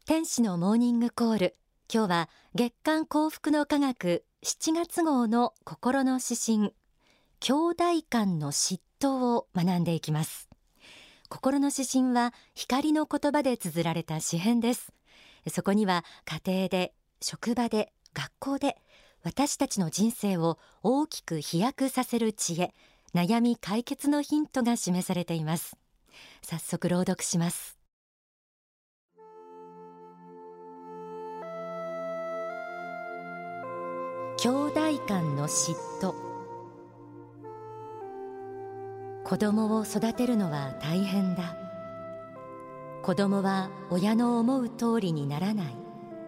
天使のモーニングコール。今日は月刊幸福の科学7月号の心の指針、兄弟間の嫉妬を学んでいきます。心の指針は光の言葉で綴られた詩編です。そこには家庭で、職場で、学校で私たちの人生を大きく飛躍させる知恵、悩み解決のヒントが示されています。早速朗読します。兄弟間の嫉妬。子供を育てるのは大変だ。子供は親の思う通りにならない。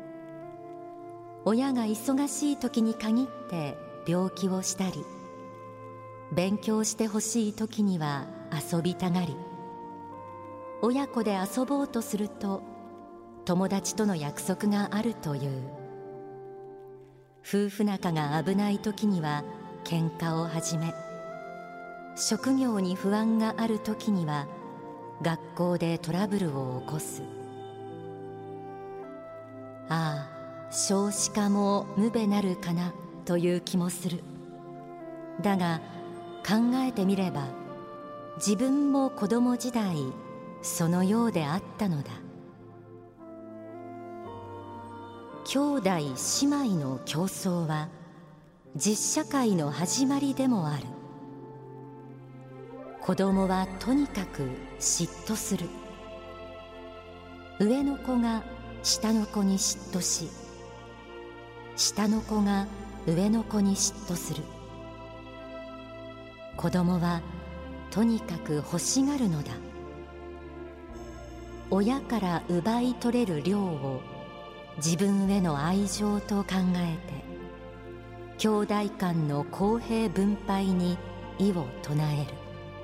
親が忙しい時に限って病気をしたり、勉強してほしい時には遊びたがり、親子で遊ぼうとすると友達との約束があるという。夫婦仲が危ない時には喧嘩を始め、職業に不安がある時には学校でトラブルを起こす。ああ、少子化も無べなるかなという気もする。だが考えてみれば、自分も子供時代そのようであったのだ。兄弟姉妹の競争は実社会の始まりでもある。子供はとにかく嫉妬する。上の子が下の子に嫉妬し、下の子が上の子に嫉妬する。子供はとにかく欲しがるのだ。親から奪い取れる量を自分への愛情と考えて、兄弟間の公平分配に異を唱える。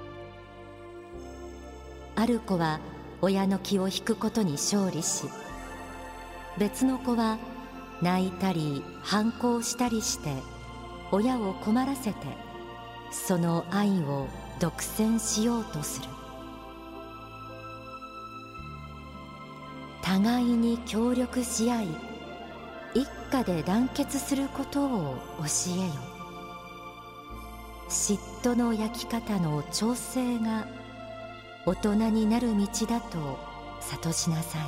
ある子は親の気を引くことに勝利し、別の子は泣いたり反抗したりして親を困らせて、その愛を独占しようとする。互いに協力し合い、一家で団結することを教えよ。嫉妬の焼き方の調整が大人になる道だと諭しなさい。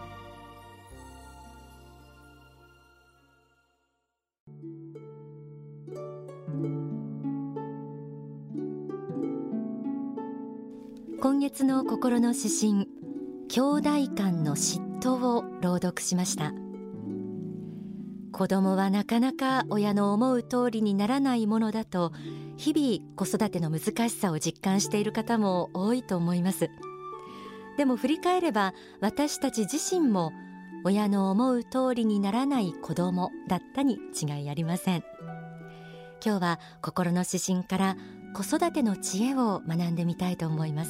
今月の心の指針、兄弟間の嫉妬を朗読しました。子供はなかなか親の思う通りにならないものだと、日々子育ての難しさを実感している方も多いと思います。でも振り返れば、私たち自身も親の思う通りにならない子供だったに違いありません。今日は心の指針から子育ての知恵を学んでみたいと思います。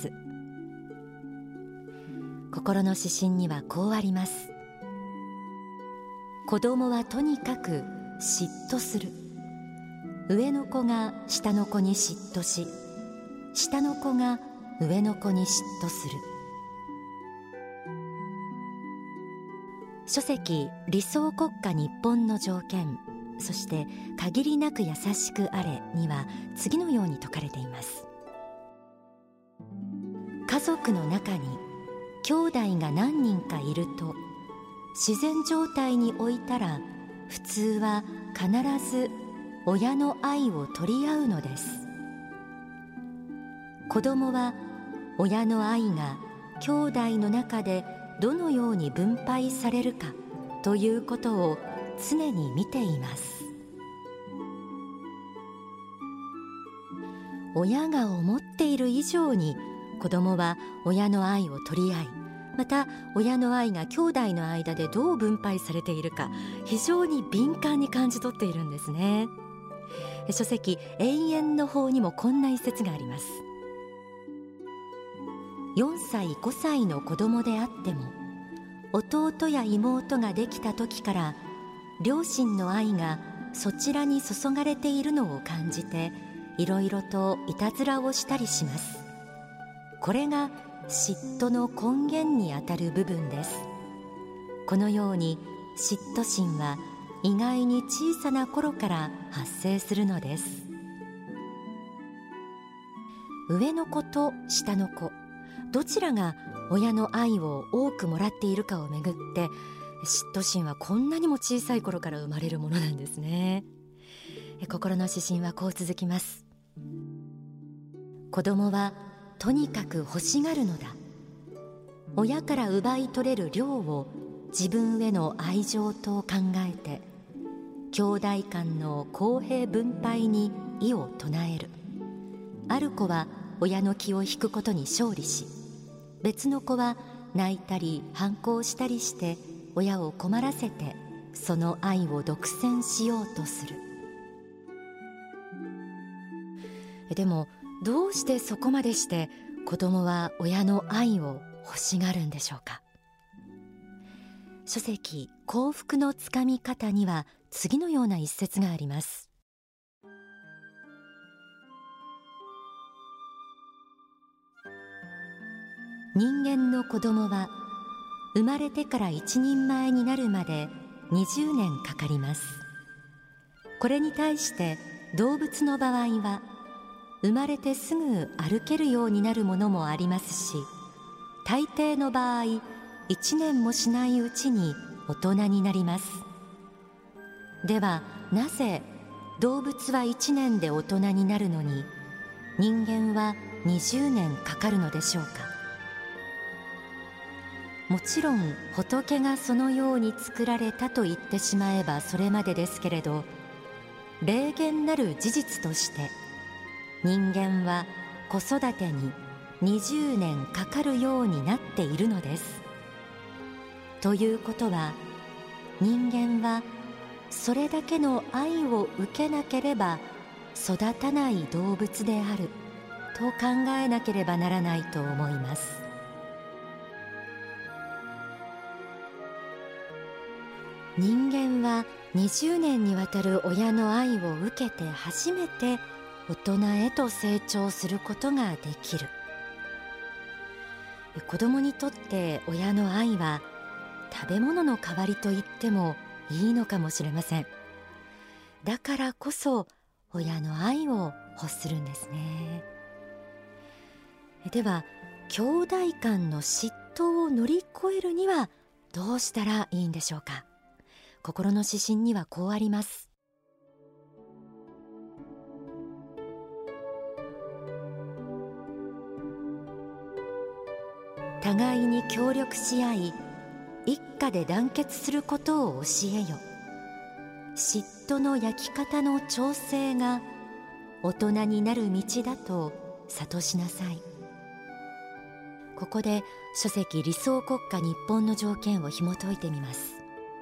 心の指針にはこうあります。子供はとにかく嫉妬する。上の子が下の子に嫉妬し、下の子が上の子に嫉妬する。書籍理想国家日本の条件、そして限りなく優しくあれには次のように説かれています。家族の中に兄弟が何人かいると、自然状態においたら普通は必ず親の愛を取り合うのです。子供は親の愛が兄弟の中でどのように分配されるかということを常に見ています。親が思っている以上に子供は親の愛を取り合い、また親の愛が兄弟の間でどう分配されているか、非常に敏感に感じ取っているんですね。書籍永遠の方にもこんな一節があります。4歳5歳の子供であっても、弟や妹ができた時から両親の愛がそちらに注がれているのを感じて、いろいろといたずらをしたりします。これが嫉妬の根源にあたる部分です。 このように嫉妬心は意外に小さな頃から発生するのです。上の子と下の子、どちらが親の愛を多くもらっているかをめぐって、嫉妬心はこんなにも小さい頃から生まれるものなんですね。心の指針はこう続きます。子供はとにかく欲しがるのだ。親から奪い取れる量を自分への愛情と考えて、兄弟間の公平分配に異を唱える。ある子は親の気を引くことに勝利し、別の子は泣いたり反抗したりして親を困らせて、その愛を独占しようとする。でもどうしてそこまでして子供は親の愛を欲しがるんでしょうか。書籍幸福のつかみ方には次のような一節があります。人間の子供は生まれてから一人前になるまで20年かかります。これに対して動物の場合は生まれてすぐ歩けるようになるものもありますし、大抵の場合1年もしないうちに大人になります。ではなぜ動物は1年で大人になるのに人間は20年かかるのでしょうか。もちろん仏がそのように作られたと言ってしまえばそれまでですけれど、霊言なる事実として人間は子育てに20年かかるようになっているのです。ということは、人間はそれだけの愛を受けなければ育たない動物であると考えなければならないと思います。人間は20年にわたる親の愛を受けて初めて大人へと成長することができる。子供にとって親の愛は食べ物の代わりと言ってもいいのかもしれません。だからこそ親の愛を欲するんですね。では兄弟間の嫉妬を乗り越えるにはどうしたらいいんでしょうか。心の指針にはこうあります。互いに協力し合い、一家で団結することを教えよ。嫉妬の焼き方の調整が大人になる道だと諭しなさい。ここで書籍理想国家日本の条件を紐解いてみます。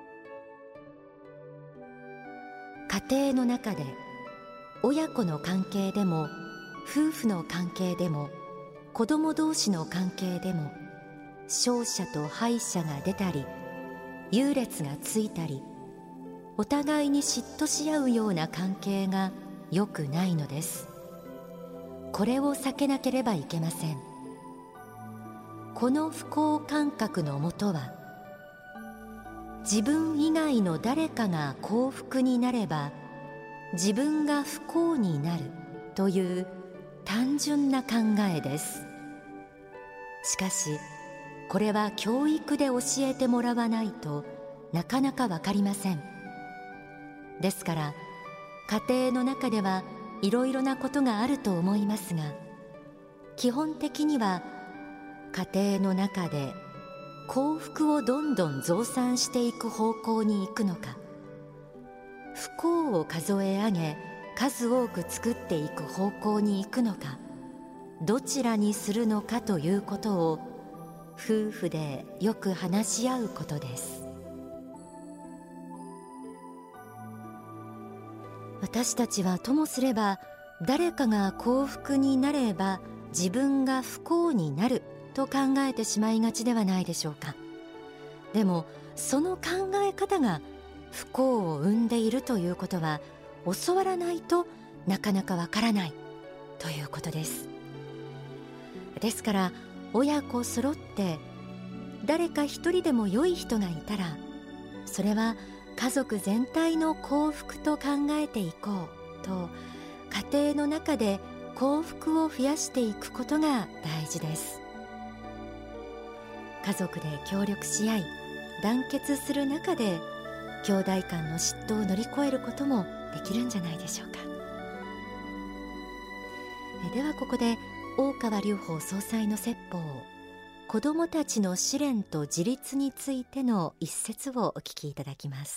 家庭の中で親子の関係でも夫婦の関係でも子供同士の関係でも勝者と敗者が出たり優劣がついたりお互いに嫉妬し合うような関係が良くないのです。これを避けなければいけません。この不幸感覚のもとは、自分以外の誰かが幸福になれば自分が不幸になるという単純な考えです。しかしこれは教育で教えてもらわないとなかなかわかりません。ですから家庭の中ではいろいろなことがあると思いますが、基本的には家庭の中で幸福をどんどん増産していく方向に行くのか、不幸を数え上げ数多く作っていく方向に行くのか、どちらにするのかということを夫婦でよく話し合うことです。私たちはともすれば誰かが幸福になれば自分が不幸になると考えてしまいがちではないでしょうか。でもその考え方が不幸を生んでいるということは教わらないとなかなかわからないということです。ですから親子そろって誰か一人でも良い人がいたら、それは家族全体の幸福と考えていこうと、家庭の中で幸福を増やしていくことが大事です。家族で協力し合い団結する中で、兄弟間の嫉妬を乗り越えることもできるんじゃないでしょうか。ではここで大川隆法総裁の説法、子どもたちの試練と自立についての一節をお聞きいただきます。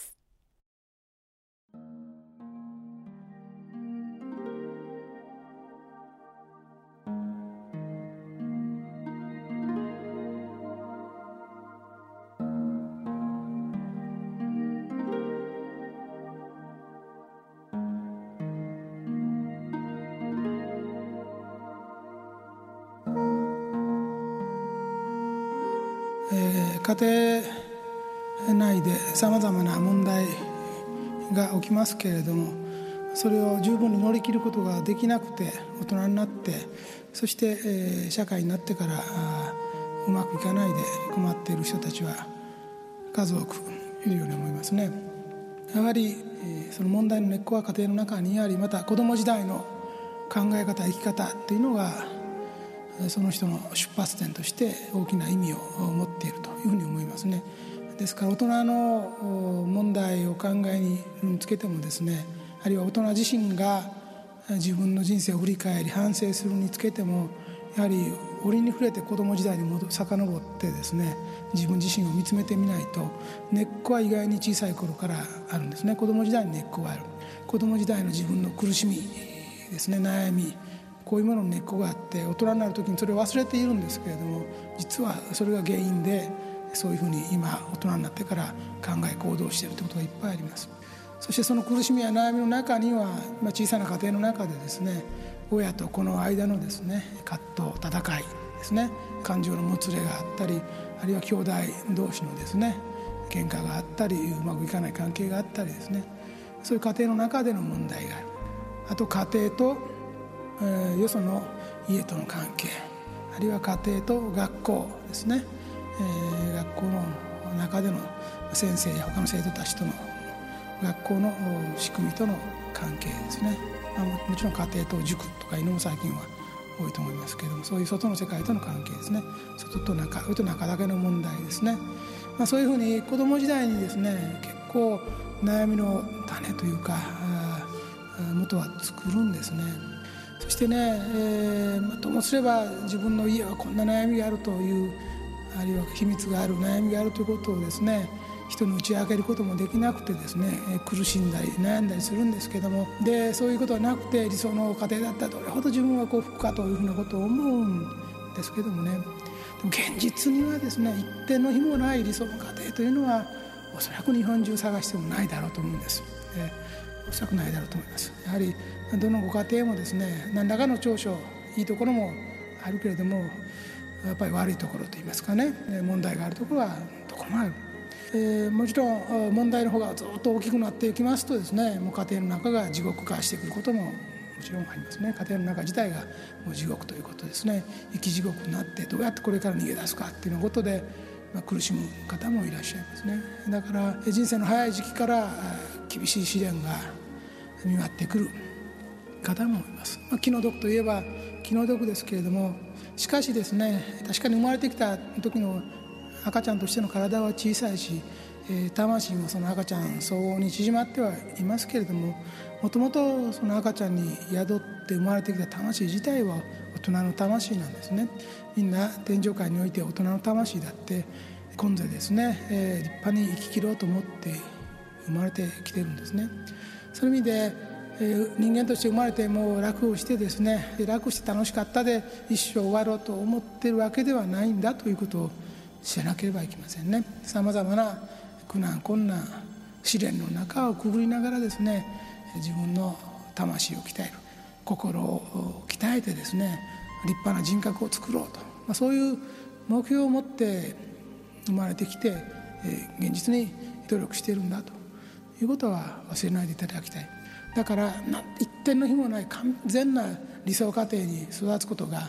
家庭内でさまざまな問題が起きますけれども、それを十分に乗り切ることができなくて大人になって、そして社会になってからうまくいかないで困っている人たちは数多くいるように思いますね。やはりその問題の根っこは家庭の中にあり、また子ども時代の考え方、生き方というのがその人の出発点として大きな意味を持っているというふうに思いますね。ですから大人の問題を考えにつけてもですね、あるいは大人自身が自分の人生を振り返り反省するにつけても、やはり折に触れて子ども時代に遡ってですね、自分自身を見つめてみないと、根っこは意外に小さい頃からあるんですね。子ども時代に根っこがある。子ども時代の自分の苦しみですね、悩み、こういうものの根っこがあって、大人になるときにそれを忘れているんですけれども、実はそれが原因でそういうふうに今大人になってから考え行動しているということがいっぱいあります。そしてその苦しみや悩みの中には、小さな家庭の中でですね、親と子の間のですね葛藤、戦いですね、感情のもつれがあったり、あるいは兄弟同士のですね喧嘩があったり、うまくいかない関係があったりですね、そういう家庭の中での問題がある。あと家庭とよその家との関係、あるいは家庭と学校ですね、学校の中での先生や他の生徒たちとの学校の仕組みとの関係ですね、もちろん家庭と塾とかいうのも最近は多いと思いますけれども、そういう外の世界との関係ですね、外と中、それと中だけの問題ですね、そういうふうに子ども時代にですね結構悩みの種というか元は作るんですね。そしてね、ともすれば自分の家はこんな悩みがあるという、あるいは秘密がある、悩みがあるということをですね人に打ち明けることもできなくてですね、苦しんだり悩んだりするんですけども、でそういうことはなくて理想の家庭だったらどれほど自分は幸福かというふうなことを思うんですけどもね、でも現実にはですね一点の日もない理想の家庭というのはおそらく日本中探してもないだろうと思うんです。おそらくないだろうと思います。やはりどのご家庭もですね何らかの長所、いいところもあるけれども、やっぱり悪いところといいますかね、問題があるところはどこもある。もちろん問題の方がずっと大きくなっていきますとですね、もう家庭の中が地獄化してくることももちろんありますね。家庭の中自体がもう地獄ということですね。生き地獄になってどうやってこれから逃げ出すかっていうようなことで、苦しむ方もいらっしゃいますね。だから人生の早い時期から厳しい試練が見舞ってくる方もいます。気の毒といえば気の毒ですけれども、しかしですね、確かに生まれてきた時の赤ちゃんとしての体は小さいし、魂もその赤ちゃん相応に縮まってはいますけれども、もともとその赤ちゃんに宿って生まれてきた魂自体は大人の魂なんですね。みんな天上界において大人の魂だって今世ですね、立派に生き切ろうと思って生まれてきてるんですね。そういう意味で人間として生まれてもう楽をしてですね、楽して楽しかったで一生終わろうと思ってるわけではないんだということを知らなければいけませんね。さまざまな苦難困難試練の中をくぐりながらですね、自分の魂を鍛える、心を鍛えてですね、立派な人格を作ろうと、そういう目標を持って生まれてきて、現実に努力しているんだということは忘れないでいただきたい。だから一点の日もない完全な理想家庭に育つことが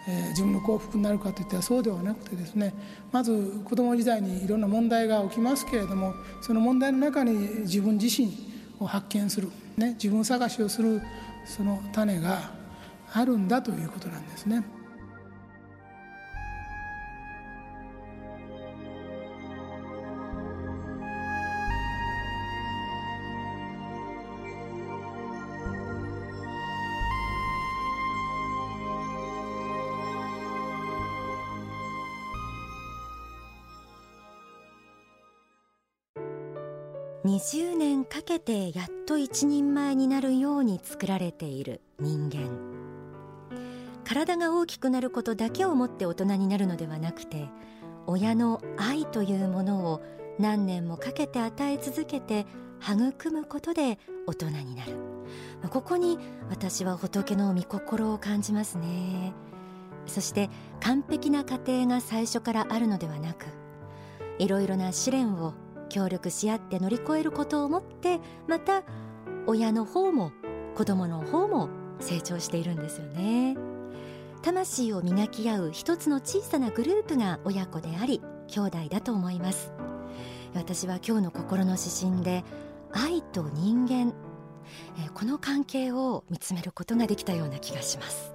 自分の幸福になるかといったらそうではなくてですね、まず子供時代にいろんな問題が起きますけれども、その問題の中に自分自身を発見する、自分探しをするその種があるんだということなんですね。 20年かけてやっと一人前になるように作られている人間。体が大きくなることだけをもって大人になるのではなくて、親の愛というものを何年もかけて与え続けて育むことで大人になる。ここに私は仏の御心を感じますね。そして完璧な家庭が最初からあるのではなく、いろいろな試練を協力し合って乗り越えることをもって、また親の方も子供の方も成長しているんですよね。魂を磨き合う一つの小さなグループが親子であり兄弟だと思います。私は今日の心の指針で愛と人間、この関係を見つめることができたような気がします。